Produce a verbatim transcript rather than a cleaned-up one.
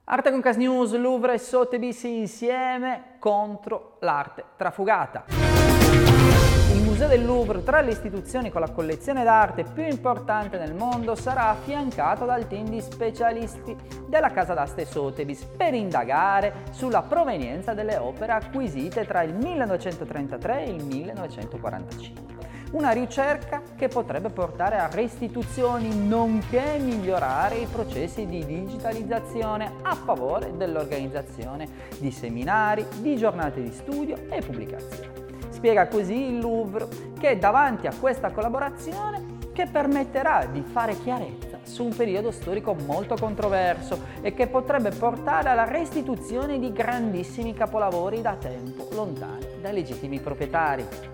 Arte Concast News, Louvre e Sotheby's insieme contro l'arte trafugata. Il Museo del Louvre, tra le istituzioni con la collezione d'arte più importante nel mondo, sarà affiancato dal team di specialisti della casa d'aste Sotheby's per indagare sulla provenienza delle opere acquisite tra il millenovecentotrentatré e il millenovecentoquarantacinque. Una ricerca che potrebbe portare a restituzioni nonché migliorare i processi di digitalizzazione a favore dell'organizzazione di seminari, di giornate di studio e pubblicazioni. Spiega così il Louvre che è davanti a questa collaborazione che permetterà di fare chiarezza su un periodo storico molto controverso e che potrebbe portare alla restituzione di grandissimi capolavori da tempo lontani dai legittimi proprietari.